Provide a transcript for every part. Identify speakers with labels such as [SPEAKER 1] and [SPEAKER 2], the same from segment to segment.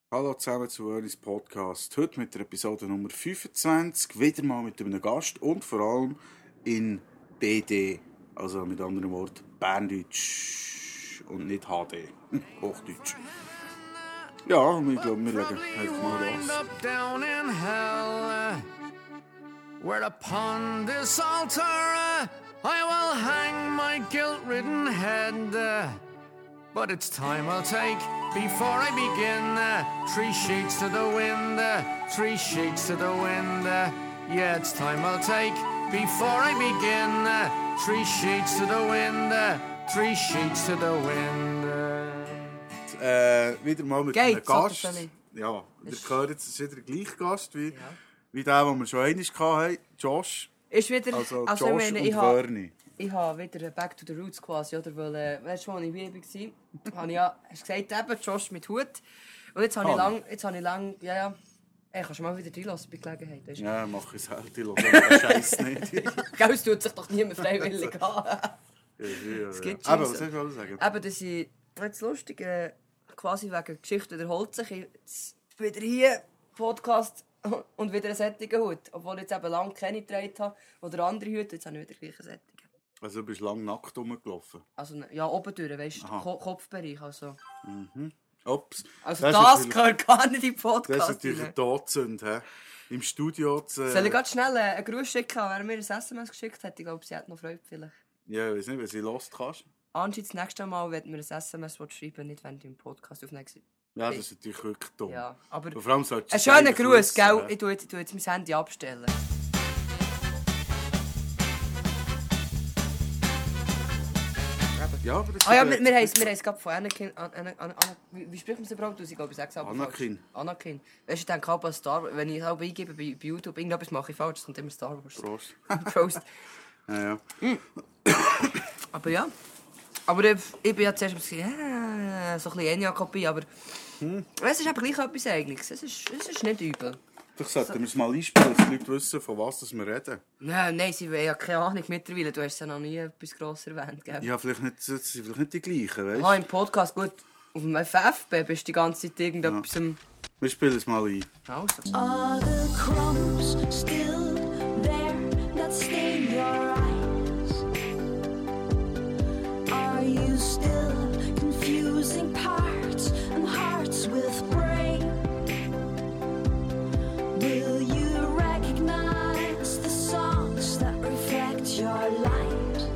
[SPEAKER 1] Hallo zusammen zu Önis Podcast. Heute mit der Episode Nummer 25. Wieder mal mit einem Gast und vor allem in BD. Also mit anderen Worten Berndeutsch und nicht HD. Hochdeutsch. Ja, und ich glaube, wir legen einfach mal los.
[SPEAKER 2] Down in hell, where upon this altar I will hang my guilt-ridden head. But it's time I'll take before I begin. 3 sheets to the wind, 3 sheets to the wind. Yeah, it's time I'll take before I begin. 3 sheets to the wind, 3 sheets to the wind.
[SPEAKER 1] Wieder mal mit einem Gast. Ja, ihr hört jetzt, es ist wieder der gleiche Gast wie der, den wir schon einmal hatten, Josh.
[SPEAKER 3] Ist wieder,
[SPEAKER 1] also
[SPEAKER 3] also
[SPEAKER 1] Josh und Verni.
[SPEAKER 3] Ich habe wieder Back to the Roots quasi, oder? Weil, weißt du, als ich Baby war, habe ich ja, hast du gesagt, eben, Josh mit Hut. Und jetzt habe ich lang, ja. Ey, kannst du mal wieder reinlassen bei Gelegenheit, weißt du?
[SPEAKER 1] Ja, mach ich selten, los, den Scheiß nicht.
[SPEAKER 3] Gell, es tut sich doch niemand freiwillig an.
[SPEAKER 1] Es
[SPEAKER 3] gibt
[SPEAKER 1] schon. Aber
[SPEAKER 3] so.
[SPEAKER 1] was soll ich mal sagen?
[SPEAKER 3] Eben, das ist jetzt lustig, quasi wegen Geschichte wiederholt sich. Jetzt wieder hier, Podcast und wieder ein sättiger Hut. Obwohl ich jetzt eben lange keine getragen habe. Oder andere Hüte, jetzt habe ich wieder gleich einen sättigen.
[SPEAKER 1] Also du bist lang nackt rumgelaufen?
[SPEAKER 3] Also, ja, oben durch, weißt du, Kopfbereich, also.
[SPEAKER 1] Ups.
[SPEAKER 3] Also das gehört gar nicht in den Podcast.
[SPEAKER 1] Das ist natürlich ein Todsünde, im Studio zu...
[SPEAKER 3] Soll ich ganz schnell einen Gruß schicken, wer mir ein SMS geschickt hat? Ich glaube, sie hat noch Freude vielleicht.
[SPEAKER 1] Ja, ich weiß nicht, wenn sie lost kannst.
[SPEAKER 3] Anscheinend das nächste Mal, wenn du mir ein SMS schreiben, nicht wenn du im Podcast aufnimmst.
[SPEAKER 1] Ja, das ist natürlich wirklich dumm.
[SPEAKER 3] Ja, aber
[SPEAKER 1] und vor allem
[SPEAKER 3] ein schöner Gruß, gell? Ich tue jetzt mein Handy abstellen.
[SPEAKER 1] Ja, aber das
[SPEAKER 3] wir haben es gerade von Anakin... Wie spricht man es überhaupt aus? Ich glaube, ich sage es aber
[SPEAKER 1] Anakin.
[SPEAKER 3] falsch. Anakin. Weißt du, ich denke auch Star Wars. Wenn ich es eingebe bei YouTube, irgendetwas mache ich falsch, es kommt immer Star Wars.
[SPEAKER 1] Prost.
[SPEAKER 3] Prost.
[SPEAKER 1] Ja.
[SPEAKER 3] Aber ja. Aber ich bin ja zuerst so ein bisschen Enya-Kopie, aber... Es ist aber gleich etwas Eigenes. Es ist nicht übel.
[SPEAKER 1] Doch sollten wir es mal einspielen, dass die Leute wissen, von was wir reden.
[SPEAKER 3] Nein, sie haben ja keine Ahnung mittlerweile. Du hast es ja noch nie etwas grosses erwähnt, gell?
[SPEAKER 1] Ja, vielleicht nicht die gleichen, weißt du?
[SPEAKER 3] Aha, im Podcast, gut. Auf dem FFB bist du die ganze Zeit irgendetwas...
[SPEAKER 1] Wir spielen es mal ein.
[SPEAKER 3] Also.
[SPEAKER 4] Are the crumbs still there that stain your eyes? Are you still confusing parts and hearts with brain? Will you recognize the songs that reflect your light?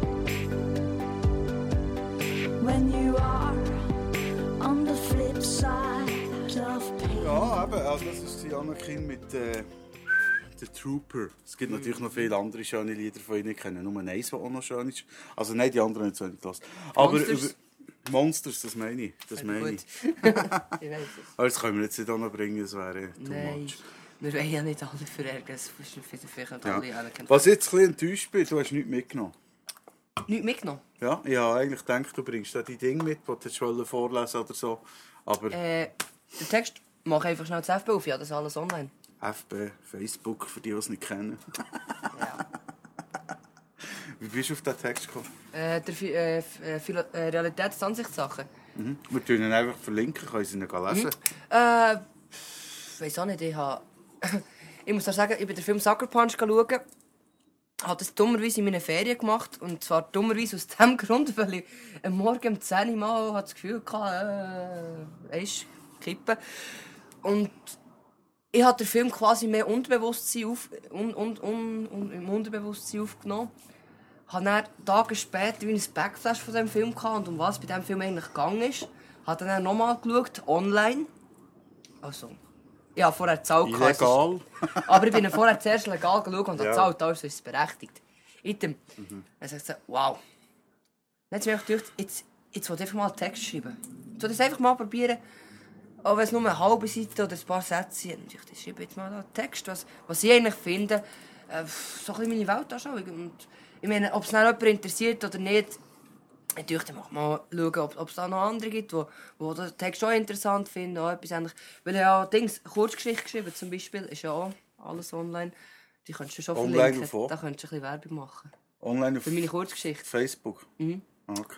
[SPEAKER 4] When you are on the flip side of pain.
[SPEAKER 1] Ja, eben, also das ist die Anakin mit The Trooper. Es gibt natürlich noch viele andere schöne Lieder von ihnen. Ich kenne nur eins, das auch noch schön ist. Also nein, die anderen nicht so nicht gelassen. Aber
[SPEAKER 3] Monsters?
[SPEAKER 1] Monsters, das meine ich. Das meine ich.
[SPEAKER 3] Ich weiß es.
[SPEAKER 1] Aber das können wir jetzt nicht auch noch bringen, das wäre too
[SPEAKER 3] Nein,
[SPEAKER 1] much.
[SPEAKER 3] wir wollen ja nicht alle verärgern. Das ist vielleicht
[SPEAKER 1] Ja.
[SPEAKER 3] alle anerkennen.
[SPEAKER 1] Was ich jetzt ein bisschen enttäuscht bin, du hast nichts mitgenommen.
[SPEAKER 3] Nichts mitgenommen?
[SPEAKER 1] Ja, ich habe eigentlich gedacht, du bringst da die Dinge mit, die du jetzt vorlesen oder so. Aber
[SPEAKER 3] Den Text mach einfach schnell das FB auf, ja, das ist alles online.
[SPEAKER 1] FB, Facebook, für die, die es nicht kennen.
[SPEAKER 3] Ja.
[SPEAKER 1] Wie bist du auf diesen Text gekommen?
[SPEAKER 3] Realitätsansichtssachen.
[SPEAKER 1] Wir tun ihn einfach verlinken, können sie ihn lesen.
[SPEAKER 3] Weiss auch nicht, ich muss auch sagen, ich bin den Film Sucker Punch schauen. Ich habe das dummerweise in meinen Ferien gemacht. Und zwar dummerweise aus dem Grund, weil ich am Morgen um 10 Uhr mal das Gefühl hatte, kippen. Und ich habe den Film quasi mehr im Unterbewusstsein aufgenommen. Ich habe dann Tage später wie ein Backflash von diesem Film gehabt und um was bei diesem Film eigentlich gegangen ist. Ich habe dann nochmal geschaut, online. Also, ich habe vorher gezahlt.
[SPEAKER 1] Illegal.
[SPEAKER 3] Aber ich bin vorher zuerst legal geschaut und habe gezahlt, also ist es berechtigt. Item. Dann habe ich gesagt, wow. Dann habe ich mir gedacht, jetzt will ich einfach mal einen Text schreiben. Ich will das einfach mal probieren, auch wenn es nur eine halbe Seite oder ein paar Sätze sind. Ich schreibe jetzt mal einen Text, was ich eigentlich finde, so ein bisschen meine Weltanschauung. Und ich meine, ob es noch jemand interessiert oder nicht, ich dachte, mal schauen, ob es da noch andere gibt, die den Text auch interessant finden. Auch etwas ähnliches. Weil ich ja Kurzgeschichte geschrieben zum Beispiel, ist ja auch alles online. Die könntest du schon
[SPEAKER 1] Online
[SPEAKER 3] verlinken.
[SPEAKER 1] wo?
[SPEAKER 3] Da könntest du ein bisschen Werbung machen.
[SPEAKER 1] Online auf
[SPEAKER 3] Für meine Kurzgeschichte.
[SPEAKER 1] Facebook? Okay.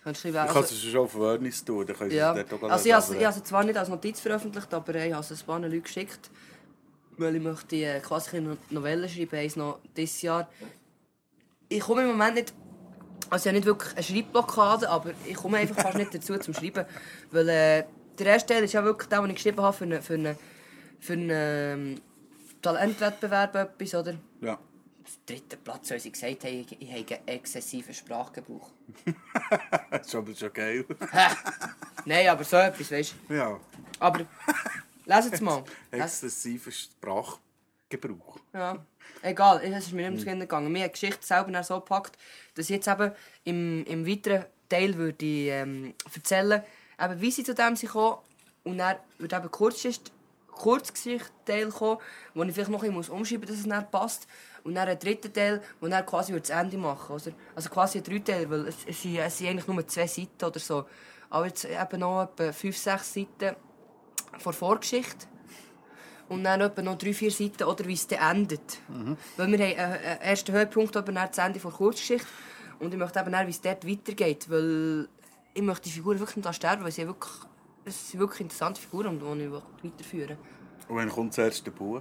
[SPEAKER 3] Kannst du
[SPEAKER 1] Ich kann es schon auf Wörnis tun, dann können sie
[SPEAKER 3] ja.
[SPEAKER 1] es dort auch
[SPEAKER 3] Also ich
[SPEAKER 1] lesen.
[SPEAKER 3] habe es zwar nicht als Notiz veröffentlicht, aber ich habe es ein paar Leute geschickt. Weil ich möchte quasi eine Novelle schreiben, eins noch dieses Jahr. Ich komme im Moment nicht... Also ich habe nicht wirklich eine Schreibblockade, aber ich komme einfach fast nicht dazu zum Schreiben. Weil der erste Teil ist ja wirklich der, den ich geschrieben habe für einen Talentwettbewerb etwas, oder?
[SPEAKER 1] Ja.
[SPEAKER 3] Dritter Platz, weil sie gesagt haben, ich habe einen exzessiven Sprachgebrauch.
[SPEAKER 1] Das ist aber schon geil.
[SPEAKER 3] Nein, aber so etwas, weißt du.
[SPEAKER 1] Ja.
[SPEAKER 3] Aber, lesen Sie mal.
[SPEAKER 1] Exzessiver Sprachgebrauch.
[SPEAKER 3] Ja, egal, es ist mir nicht ums gegangen. Mir hat die Geschichte selber dann so gepackt, dass ich jetzt eben im weiteren Teil würde erzählen, eben, wie sie zu dem sind gekommen. Und dann würde eben Kurzgeschichte-Teil kommen, wo ich vielleicht noch ein bisschen umschreiben muss, dass es dann passt. Und dann ein dritter Teil, wo dann quasi das Ende machen würde. Also quasi ein Dreiteil, weil es sind eigentlich nur 2 Seiten oder so. Aber jetzt eben noch etwa 5, 6 Seiten von Vorgeschichte. Und dann etwa noch 3, 4 Seiten, oder wie es dann endet. Weil wir haben einen ersten Höhepunkt, aber dann das Ende der Kurzgeschichte. Und ich möchte eben dann, wie es dort weitergeht. Weil ich möchte die Figuren wirklich nicht sterben, weil es sind wirklich interessante Figuren, die ich weiterführen will.
[SPEAKER 1] Und wann kommt das erste Buch?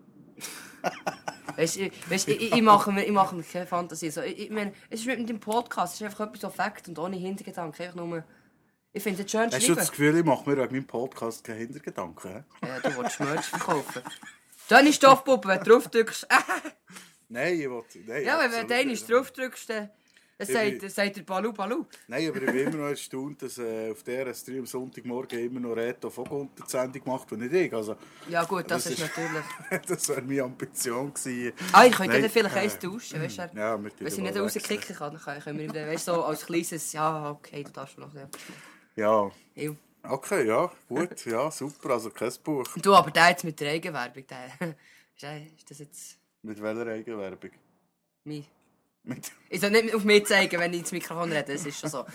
[SPEAKER 3] Ich mache mir keine Fantasie. So, ich meine, es ist mit dem Podcast, es ist einfach etwas so Fakt und ohne Hintergedanken. Einfach nur, ich finde es schön zu
[SPEAKER 1] Hast du
[SPEAKER 3] schreiben.
[SPEAKER 1] das Gefühl, ich mache mir wegen meinem Podcast keine Hintergedanken?
[SPEAKER 3] Ja, du willst Merch verkaufen. Deine Stoffpuppe, wenn du drauf drückst.
[SPEAKER 1] Nein, ich will... Nein,
[SPEAKER 3] Ja, wenn du
[SPEAKER 1] absolut
[SPEAKER 3] deine
[SPEAKER 1] nicht.
[SPEAKER 3] drauf drückst, dann sagt er Balu Balu.
[SPEAKER 1] Nein, aber ich bin immer noch erstaunt, dass auf der S3 am Sonntagmorgen immer noch Reto Vogunter die Sendung macht und nicht ich. Also,
[SPEAKER 3] Ja gut, das ist natürlich...
[SPEAKER 1] das wäre meine Ambition gewesen.
[SPEAKER 3] Ich könnte
[SPEAKER 1] Nein.
[SPEAKER 3] dann vielleicht eins tauschen, weißt du?
[SPEAKER 1] Ja, wir
[SPEAKER 3] Wenn ich
[SPEAKER 1] tun
[SPEAKER 3] nicht
[SPEAKER 1] mal
[SPEAKER 3] rauskicken kann, dann können wir ihm dann, weißt du, so als kleines, ja, okay, du darfst noch. Ja.
[SPEAKER 1] Ja,
[SPEAKER 3] Ew.
[SPEAKER 1] okay, ja, gut, ja, super, also kein Buch.
[SPEAKER 3] Du, aber der jetzt mit der Eigenwerbung, der... Ist das jetzt...
[SPEAKER 1] Mit welcher Eigenwerbung?
[SPEAKER 3] Mein...
[SPEAKER 1] Mit...
[SPEAKER 3] Ich soll nicht auf mich zeigen, wenn ich ins Mikrofon rede, das ist schon so.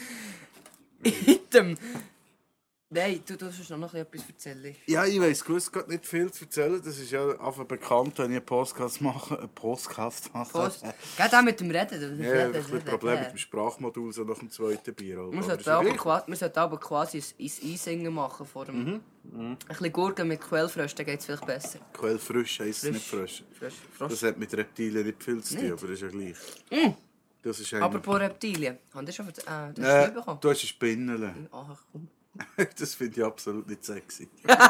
[SPEAKER 3] Item. Nein, du musst noch etwas erzählen.
[SPEAKER 1] Ja, ich weiss gewiss gerade nicht viel zu erzählen. Das ist ja einfach bekannt, wenn ich einen Podcast mache.
[SPEAKER 3] Geht auch mit dem Reden.
[SPEAKER 1] Ja, ich habe ein bisschen Problem mit dem Sprachmodul, so nach dem zweiten Bier.
[SPEAKER 3] Wir
[SPEAKER 1] Aber ist
[SPEAKER 3] sollten
[SPEAKER 1] ja gleich.
[SPEAKER 3] aber quasi ein Einsingen machen vor dem... Ein bisschen Gurken mit Quellfrösch, dann geht es vielleicht besser.
[SPEAKER 1] Quellfrisch heisst es nicht frisch. Das hat mit Reptilien nicht viel zu tun, aber das ist ja gleich. Das ist
[SPEAKER 3] Aber pro Reptilien. Haben die schon das bekommen?
[SPEAKER 1] du hast eine Spinnele.
[SPEAKER 3] Ach komm.
[SPEAKER 1] Das finde ich absolut nicht sexy.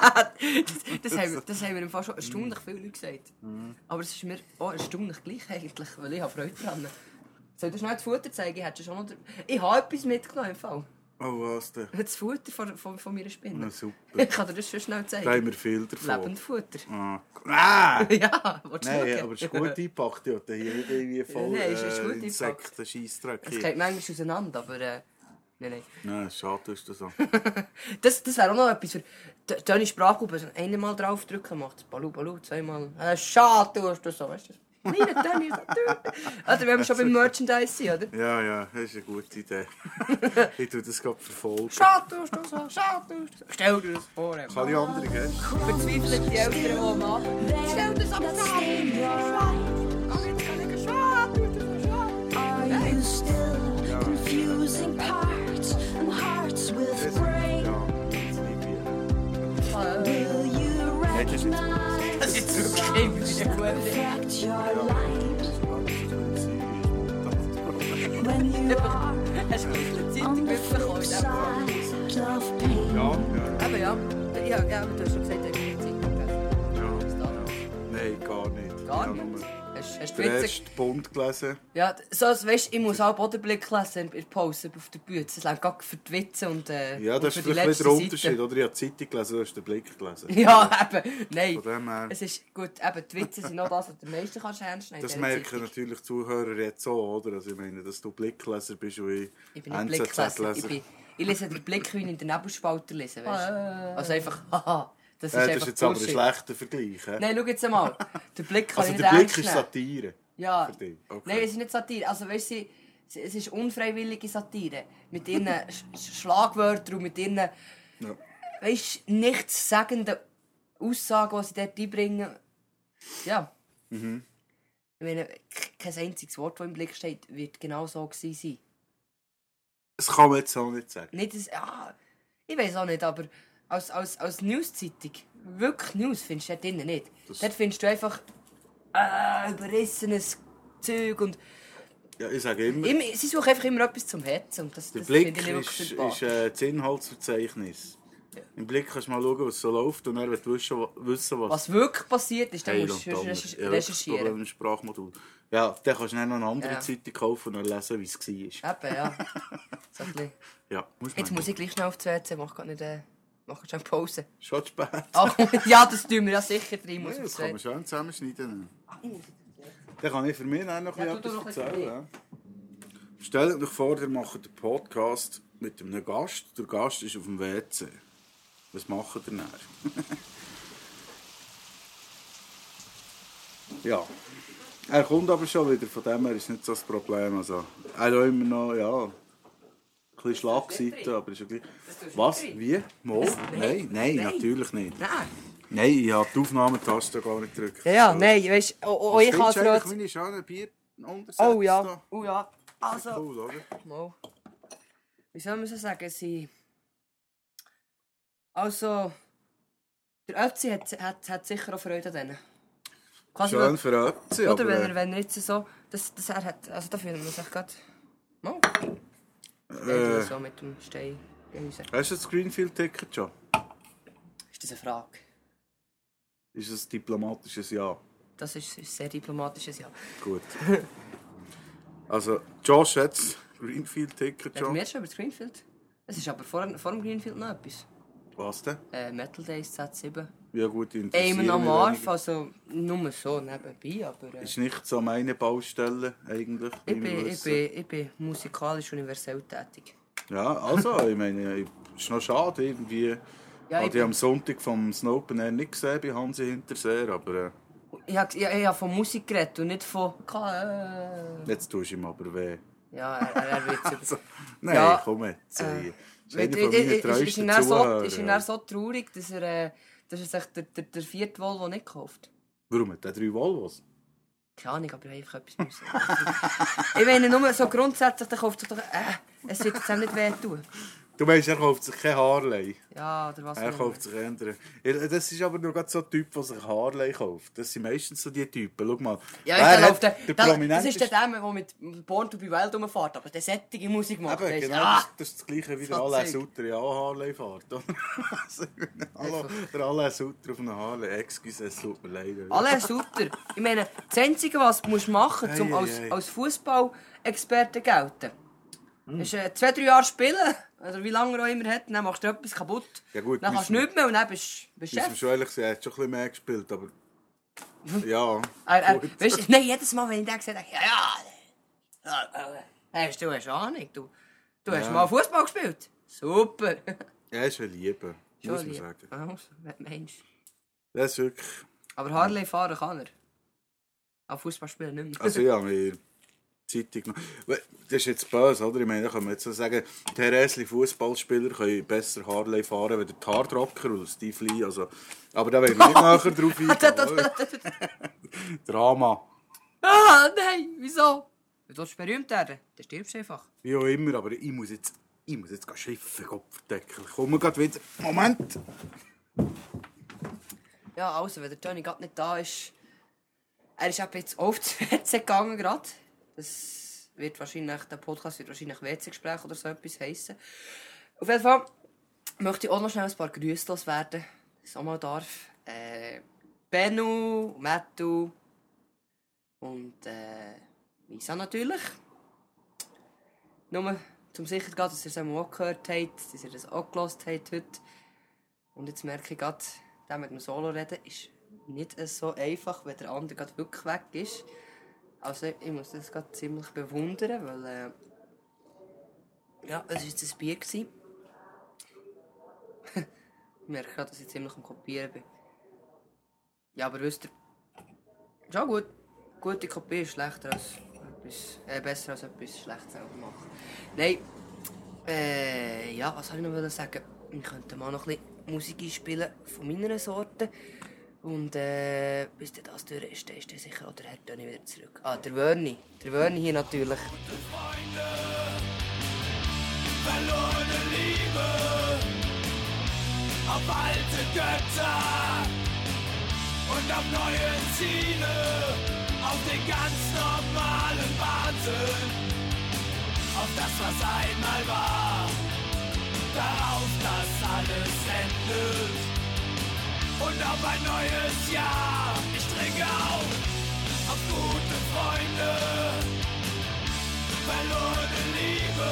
[SPEAKER 3] Das haben wir im Fall schon erstaunlich viele Leute gesagt. Aber es ist mir auch erstaunlich gleich eigentlich, weil ich habe Freude daran. Soll ich dir schnell das Futter zeigen? Ich habe etwas mitgenommen im Fall.
[SPEAKER 1] Oh, was denn?
[SPEAKER 3] Das Futter von meiner Spinne.
[SPEAKER 1] Na, super.
[SPEAKER 3] Ich kann dir das schon schnell
[SPEAKER 1] Da
[SPEAKER 3] zeigen.
[SPEAKER 1] haben wir viel davon.
[SPEAKER 3] Lebendfutter.
[SPEAKER 1] Ah!
[SPEAKER 3] Ja, willst du
[SPEAKER 1] Nein,
[SPEAKER 3] schauen?
[SPEAKER 1] aber es ist gut eingepackt. Ja. Hier nicht irgendwie voll
[SPEAKER 3] Nein, es ist gut
[SPEAKER 1] Insekten-Scheissdreck.
[SPEAKER 3] Es geht manchmal auseinander, aber... Nein.
[SPEAKER 1] Nein, schade ist das so.
[SPEAKER 3] Das wäre auch noch etwas für deine Sprachgruppe. Einmal draufdrücken macht es Balu Balu, zweimal. Schade, du hast das so, weißt du? Meine Tönni, oder wenn wir schon beim Merchandise sind, oder?
[SPEAKER 1] Ja, das ist eine gute Idee. Ich tue das gerade verfolgen.
[SPEAKER 3] Schade, du hast das so, schade, du hast das so. Stell dir das vor.
[SPEAKER 1] Kann ich andere Gäste?
[SPEAKER 3] Verzweifelt die Eltern, die machen. Stell dir das aber
[SPEAKER 4] That's
[SPEAKER 3] vor.
[SPEAKER 4] in your light.
[SPEAKER 3] Komm jetzt, kann ich schade, du hast das so schade.
[SPEAKER 4] Are you still confusing parts and hearts with brain?
[SPEAKER 1] Ja, das liebe
[SPEAKER 4] Will you recognize
[SPEAKER 3] Das ist wirklich wieder gut.
[SPEAKER 4] reflect your light when you are
[SPEAKER 3] Hast du ein bisschen
[SPEAKER 4] on
[SPEAKER 3] Zeit
[SPEAKER 4] the
[SPEAKER 3] bekommen?
[SPEAKER 4] flip side of pain?
[SPEAKER 3] Aber ja, aber du hast schon gesagt, du hast Zeit bekommen.
[SPEAKER 1] Nein, gar nicht.
[SPEAKER 3] Gar
[SPEAKER 1] Ja,
[SPEAKER 3] nicht?
[SPEAKER 1] nur
[SPEAKER 3] Hast du
[SPEAKER 1] den
[SPEAKER 3] witzig?
[SPEAKER 1] ersten Bund gelesen.
[SPEAKER 3] Ja, so, weißt, ich muss auch Bodenblick lesen in der Pause auf der Bühne. Das längt gar für die Witze und
[SPEAKER 1] Ja,
[SPEAKER 3] und
[SPEAKER 1] das
[SPEAKER 3] für
[SPEAKER 1] ist
[SPEAKER 3] die
[SPEAKER 1] vielleicht
[SPEAKER 3] letzte
[SPEAKER 1] der Unterschied.
[SPEAKER 3] Seite.
[SPEAKER 1] Oder ich habe die Zeitung gelesen, du hast den Blick gelesen.
[SPEAKER 3] Ja, eben, nein.
[SPEAKER 1] Von dem her,
[SPEAKER 3] Es ist gut, eben, die Witze sind noch das, was der meiste kannst ernst nehmen.
[SPEAKER 1] das
[SPEAKER 3] in dieser
[SPEAKER 1] merken
[SPEAKER 3] Zeitung.
[SPEAKER 1] natürlich die Zuhörer jetzt auch, oder? Also ich meine, dass du Blickleser bist und
[SPEAKER 3] Ich bin nicht Blickleser.
[SPEAKER 1] NZZ-Leser.
[SPEAKER 3] Ich lese den Blick, wie ich in den Nebelspalter lese, weißt du? Also einfach, haha, das ist
[SPEAKER 1] Das
[SPEAKER 3] einfach
[SPEAKER 1] ist jetzt aber ein
[SPEAKER 3] Bullshit.
[SPEAKER 1] schlechter Vergleich. He?
[SPEAKER 3] Nein, schau jetzt einmal. Der Blick kann
[SPEAKER 1] Also
[SPEAKER 3] ich
[SPEAKER 1] der
[SPEAKER 3] nicht
[SPEAKER 1] Blick
[SPEAKER 3] ernst
[SPEAKER 1] ist
[SPEAKER 3] nehmen.
[SPEAKER 1] Satire.
[SPEAKER 3] Ja.
[SPEAKER 1] Für dich. Okay.
[SPEAKER 3] Nein, es ist nicht Satire. Also weißt du, es ist unfreiwillige Satire. Mit ihren Schlagwörtern und mit ihren weißt, nichtssagenden Aussagen, die sie dort einbringen. Ja. Ich meine, kein einziges Wort, das im Blick steht, wird genau so gewesen sein.
[SPEAKER 1] Das kann man jetzt auch nicht sagen.
[SPEAKER 3] Nicht das, ich weiß auch nicht, aber als News-Zeitung, wirklich News findest du dort drinnen nicht. Dort findest du einfach überrissenes Zeug und
[SPEAKER 1] Ja, ich sage immer,
[SPEAKER 3] sie suchen einfach immer etwas zum Hetzen. Und das
[SPEAKER 1] der
[SPEAKER 3] finde
[SPEAKER 1] Blick
[SPEAKER 3] ich wirklich
[SPEAKER 1] ist
[SPEAKER 3] sympathisch.
[SPEAKER 1] das Inhaltsverzeichnis. Im Blick kannst du mal schauen, was so läuft und dann willst du wissen, was...
[SPEAKER 3] Was wirklich passiert ist, dann
[SPEAKER 1] Heil
[SPEAKER 3] musst du
[SPEAKER 1] und Donner.
[SPEAKER 3] recherchieren.
[SPEAKER 1] Ja, das ist das Problem im Sprachmodul. Ja, dann kannst du dann noch eine andere
[SPEAKER 3] Ja.
[SPEAKER 1] Zeitung kaufen und dann lesen, wie es war.
[SPEAKER 3] Eben, ja. So ein bisschen.
[SPEAKER 1] Ja, muss
[SPEAKER 3] Jetzt
[SPEAKER 1] man.
[SPEAKER 3] muss ich gleich schnell auf die WC, mach grad nicht mach schon Pause.
[SPEAKER 1] Schon spät.
[SPEAKER 3] Ach, ja, das tun wir ja sicher drin.
[SPEAKER 1] Ja,
[SPEAKER 3] Muss
[SPEAKER 1] das
[SPEAKER 3] ich
[SPEAKER 1] kann man
[SPEAKER 3] sagen.
[SPEAKER 1] schön zusammenschneiden. Dann kann ich für mich auch noch
[SPEAKER 3] Ja,
[SPEAKER 1] etwas
[SPEAKER 3] tu doch noch
[SPEAKER 1] erzählen.
[SPEAKER 3] ein
[SPEAKER 1] Ja. Stellt euch vor, ihr macht einen Podcast mit einem Gast. Der Gast ist auf dem WC. Was macht ihr dann? Ja. Er kommt aber schon wieder, von dem her ist nicht so das Problem. Also, er hat auch immer noch, ja, ein bisschen Schlagseite, aber ist ja gleich... Was? Wie? Mo? Nein, natürlich nicht.
[SPEAKER 3] Nein.
[SPEAKER 1] Nein, ich habe die Aufnahmetaste gar nicht gedrückt.
[SPEAKER 3] Ja, nein, weißt du, ich kann es
[SPEAKER 1] eigentlich
[SPEAKER 3] gerade...
[SPEAKER 1] meine schönen Bier untersetzen?
[SPEAKER 3] Oh ja, oh ja. Also,
[SPEAKER 1] Cool, oder?
[SPEAKER 3] mal. Wie soll man so sagen, sie... Also, der Ötzi hat sicher auch Freude an denen. Quasi,
[SPEAKER 1] Schön für Ötzi,
[SPEAKER 3] oder
[SPEAKER 1] aber...
[SPEAKER 3] wenn er jetzt so... Das er hat, also da fühlen wir sich gerade... Mal. So mit dem Stein.
[SPEAKER 1] Hast du das Greenfield-Ticket schon?
[SPEAKER 3] Ist das eine Frage?
[SPEAKER 1] Ist das ein diplomatisches Ja?
[SPEAKER 3] Das ist ein sehr diplomatisches Ja.
[SPEAKER 1] Gut. Also, Josh hat das Greenfield-Ticket
[SPEAKER 3] Reden
[SPEAKER 1] schon.
[SPEAKER 3] wir jetzt schon über das Greenfield? Es ist aber vor dem Greenfield noch etwas.
[SPEAKER 1] Was denn?
[SPEAKER 3] Metal Days Z7.
[SPEAKER 1] Ja gut,
[SPEAKER 3] Eamon
[SPEAKER 1] interessiert
[SPEAKER 3] am
[SPEAKER 1] mich
[SPEAKER 3] Arf,
[SPEAKER 1] weniger.
[SPEAKER 3] also nur so nebenbei, aber...
[SPEAKER 1] Ist nicht so meine Baustelle eigentlich, wie wir wissen.
[SPEAKER 3] Ich bin musikalisch universell tätig.
[SPEAKER 1] Ja, also, ich meine, ist noch schade, irgendwie...
[SPEAKER 3] Ja,
[SPEAKER 1] Hatte ich am Sonntag vom Snopen Air nicht gesehen bei Hansi Hinterseer, aber
[SPEAKER 3] Ich habe von Musik geredet und nicht von...
[SPEAKER 1] jetzt tust du ihm aber weh.
[SPEAKER 3] Ja, er wird es
[SPEAKER 1] Also, nein,
[SPEAKER 3] Ja,
[SPEAKER 1] komm jetzt. Das ist
[SPEAKER 3] Ist
[SPEAKER 1] einer von meinen treuesten Zuhörern.
[SPEAKER 3] er dann so traurig, dass er sich der vierte Volvo nicht kauft?
[SPEAKER 1] Warum hat er 3 Volvos?
[SPEAKER 3] Keine Ahnung, aber ich habe einfach etwas müssen. Ich meine nur so grundsätzlich, der kauft sich doch... es wird jetzt auch nicht wehtun.
[SPEAKER 1] Du meinst, er kauft sich kein Harley.
[SPEAKER 3] Ja, oder was
[SPEAKER 1] Er
[SPEAKER 3] auch
[SPEAKER 1] kauft sich ändern. Das ist aber nur gerade so ein Typ, der sich Harley kauft. Das sind meistens so die Typen. Schau mal.
[SPEAKER 3] Ja,
[SPEAKER 1] Wer
[SPEAKER 3] ich
[SPEAKER 1] hat
[SPEAKER 3] glaube,
[SPEAKER 1] der
[SPEAKER 3] das
[SPEAKER 1] Prominenteste-
[SPEAKER 3] ist der, der mit Born to be Wild rumfährt, aber der sättige Musik macht.
[SPEAKER 1] Eben,
[SPEAKER 3] der ist-
[SPEAKER 1] genau, das ist das Gleiche wie der
[SPEAKER 3] so
[SPEAKER 1] Alain
[SPEAKER 3] Zeug.
[SPEAKER 1] Sutter ja auch Harley fährt. Oder? Hallo, der Alain Sutter auf einer Harley. Excuse, es tut mir leid.
[SPEAKER 3] Alain Sutter. Ich meine, das Einzige, was du machen musst, um als Fußball-Experte zu gelten, ist 2-3 Jahre spielen, oder wie lange er auch immer hat, dann machst du etwas kaputt.
[SPEAKER 1] Ja gut,
[SPEAKER 3] Dann kannst du nichts mehr und dann bist du
[SPEAKER 1] Muss
[SPEAKER 3] Chef.
[SPEAKER 1] man schon ehrlich sagen, er hat schon ein bisschen mehr gespielt, aber... Ja, gut.
[SPEAKER 3] Weißt du, nein, jedes Mal, wenn ich den sehe, denke ich, hast du Ahnung, du hast mal Fußball gespielt. Super.
[SPEAKER 1] Er ist ein Lieber, muss man
[SPEAKER 3] lieb.
[SPEAKER 1] sagen.
[SPEAKER 3] Also, Mensch.
[SPEAKER 1] Das ist wirklich...
[SPEAKER 3] Aber Harley fahren kann er. Aber Fußball spielen nicht mehr.
[SPEAKER 1] Also ja, mir Zeitung noch... Das ist jetzt böse, oder? Ich meine, da kann man jetzt so sagen, die Häsli-Fußballspieler können besser Harley fahren als die Hardrocker oder Steve Lee. Also, aber da werden wir nicht nachher drauf eingehen. oder? Drama.
[SPEAKER 3] Ah, nein, wieso? Du willst berühmt werden, dann stirbst du einfach.
[SPEAKER 1] Wie auch immer, aber ich muss jetzt gehen schiffen, Kopfdeckel. Komm mal grad wieder. Moment!
[SPEAKER 3] Ja, also, wenn der Toni gerade nicht da ist... Er ist eben jetzt auf das WC gegangen gerade. Das wird wahrscheinlich, der Podcast wird wahrscheinlich WC-Gespräch oder so etwas heissen. Auf jeden Fall möchte ich auch noch schnell ein paar Grüße loswerden, wenn ich es auch mal darf. Bennu, Mattu und Isa natürlich. Nur zum sicher gehen, dass ihr es auch gehört habt, dass ihr das auch gehört habt heute. Und jetzt merke ich gerade, der mit dem Solo reden ist nicht so einfach, wenn der andere gerade wirklich weg ist. Also ich muss das gerade ziemlich bewundern, weil ja, es war jetzt ein Bier. Ich merke gerade, dass ich ziemlich am Kopieren bin. Ja, aber wisst ihr, schon gut. Gute Kopie ist schlechter als etwas, besser als etwas Schlechtes selber machen. Nein, ja, was wollte ich noch sagen? Wir könnten mal noch ein bisschen Musik einspielen von meiner Sorte. Und bis das durch ist, dann ist dann sicher auch der Herr Toni wieder zurück. Ah, der Wörni. Der Wörni hier natürlich.
[SPEAKER 2] verlorene Liebe, auf alte Götter und auf neue Ziele, auf den ganz normalen Wahnsinn, auf das, was einmal war, darauf, dass alles endet und auf ein neues Jahr. Ich trinke auf gute Freunde, verlorene Liebe,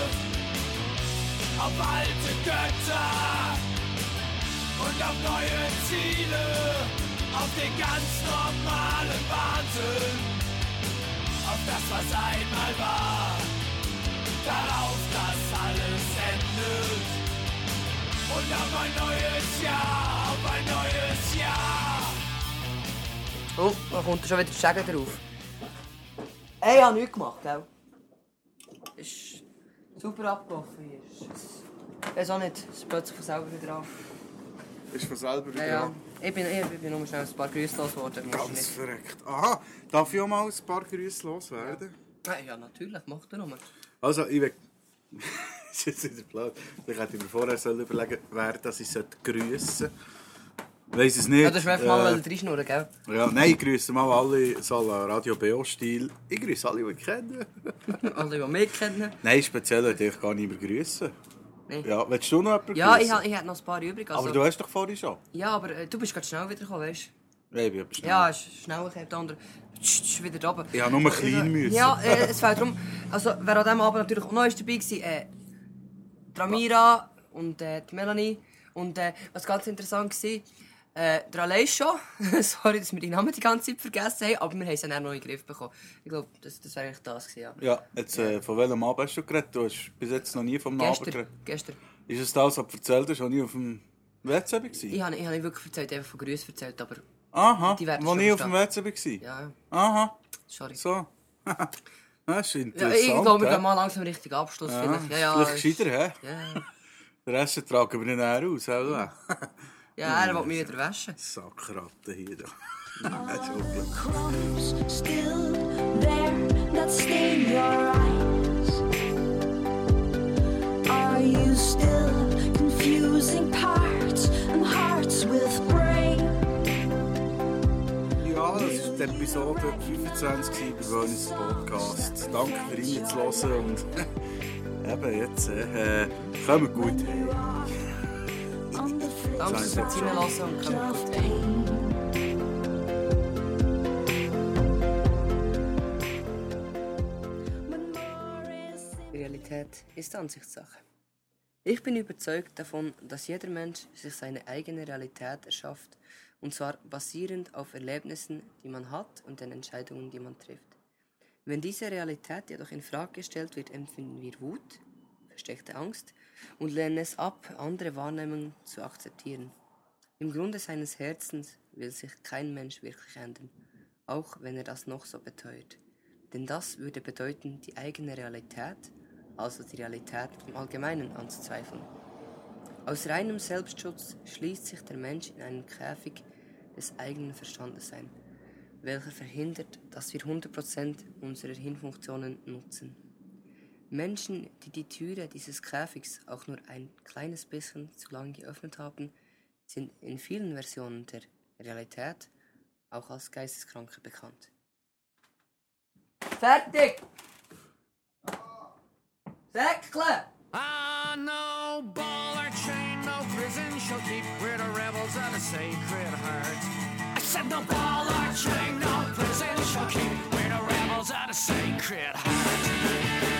[SPEAKER 2] auf alte Götter und auf neue Ziele, auf den ganz normalen Wahnsinn, auf das, was einmal war, darauf, dass alles endet und auf ein neues Jahr, auf ein neues Jahr.
[SPEAKER 3] Oh, da kommt schon wieder der Schäger drauf. Ey, ich habe nichts gemacht, gell? Ist super abgelaufen hier. Ich weiß auch nicht, es ist plötzlich von selber wieder an.
[SPEAKER 1] Ist von selber wieder
[SPEAKER 3] Ja.
[SPEAKER 1] an.
[SPEAKER 3] Ich bin nur schnell ein paar Grüße losgeworden.
[SPEAKER 1] Ganz verreckt. Aha, darf ich auch mal ein paar Grüße loswerden?
[SPEAKER 3] Ja, natürlich, mach du nochmal.
[SPEAKER 1] Also, ich will... Das ist jetzt wieder blöd. Ich hätte mir vorher überlegen, wer das ich grüssen sollte. Ich weiss es nicht.
[SPEAKER 3] Ja, das ist einfach mal reinschnurren, gell?
[SPEAKER 1] Ja, nein, ich grüße mal alle, so Radio BO-Stil. Ich grüße alle, die ich kenne.
[SPEAKER 3] Alle, die mich kennen.
[SPEAKER 1] Nein, speziell würde ich gar nicht mehr grüßen.
[SPEAKER 3] Nee.
[SPEAKER 1] Ja, willst du noch jemanden
[SPEAKER 3] Ja,
[SPEAKER 1] grüßen?
[SPEAKER 3] ich hätte noch ein paar übrig. Also,
[SPEAKER 1] Aber du hast doch vorhin schon.
[SPEAKER 3] ja, aber du bist gerade schnell wiedergekommen, weißt du?
[SPEAKER 1] Nein, ich bin aber schnell.
[SPEAKER 3] Ja, ist schnell, ich habe den anderen. Ist wieder oben.
[SPEAKER 1] Ich habe nur klein müssen.
[SPEAKER 3] Ja, es fällt darum. Also, wer an diesem Abend natürlich auch noch ist dabei war, die Ramira und die Melanie. Und was ganz interessant war, der Alessio. Sorry, dass wir die Namen die ganze Zeit vergessen haben, aber wir haben es dann auch noch in den Griff bekommen. Ich glaube, das wäre eigentlich das gewesen, ja.
[SPEAKER 1] Ja, jetzt, von welchem Abend hast du geredet? Du hast bis jetzt noch nie vom Abend geredet.
[SPEAKER 3] Gestern.
[SPEAKER 1] Ist es das, was du erzählt hast, als ich auf dem WC war?
[SPEAKER 3] Ich habe nicht wirklich erzählt, einfach von Grüßen erzählt, aber...
[SPEAKER 1] Aha,
[SPEAKER 3] Die werden
[SPEAKER 1] als
[SPEAKER 3] schon
[SPEAKER 1] ich auf dem
[SPEAKER 3] verstehen.
[SPEAKER 1] WC war?
[SPEAKER 3] Ja,
[SPEAKER 1] Aha,
[SPEAKER 3] sorry.
[SPEAKER 1] so. Das ist
[SPEAKER 3] Ja,
[SPEAKER 1] interessant.
[SPEAKER 3] ich glaube, wir
[SPEAKER 1] hä?
[SPEAKER 3] gehen mal langsam Richtung Abschluss.
[SPEAKER 1] Ja,
[SPEAKER 3] Vielleicht. Ja,
[SPEAKER 1] vielleicht gescheiter, hä?
[SPEAKER 3] Ja,
[SPEAKER 1] Den Rest tragen wir dann aus, oder?
[SPEAKER 3] ja, er will mich wieder waschen.
[SPEAKER 1] Sackratte hier. Das ist unglaublich.
[SPEAKER 4] Crumbs still there that stain your eyes. Are you still confusing parts and hearts with brain?
[SPEAKER 1] Ja, das war die Episode 25 bei Wöhnis Podcast. Danke für reinzuhören und eben jetzt kommt gut heim.
[SPEAKER 3] Danke fürs Reinlassen und kommt gut heim. Die Realität ist Ansichtssache. Ich bin überzeugt davon, dass jeder Mensch sich seine eigene Realität erschafft, und zwar basierend auf Erlebnissen, die man hat und den Entscheidungen, die man trifft. Wenn diese Realität jedoch in Frage gestellt wird, empfinden wir Wut, versteckte Angst und lehnen es ab, andere Wahrnehmungen zu akzeptieren. Im Grunde seines Herzens will sich kein Mensch wirklich ändern, auch wenn er das noch so beteuert. Denn das würde bedeuten, die eigene Realität, also die Realität im Allgemeinen, anzuzweifeln. Aus reinem Selbstschutz schließt sich der Mensch in einen Käfig des eigenen Verstandes ein, welcher verhindert, dass wir 100% unserer Hirnfunktionen nutzen. Menschen, die die Türe dieses Käfigs auch nur ein kleines bisschen zu lange geöffnet haben, sind in vielen Versionen der Realität auch als Geisteskranke bekannt. Fertig! Säckle!
[SPEAKER 2] Ah, no ball or chain, no prison shall keep where the rebels of the sacred heart. I said no ball or chain, no prison shall keep where the rebels of the sacred heart.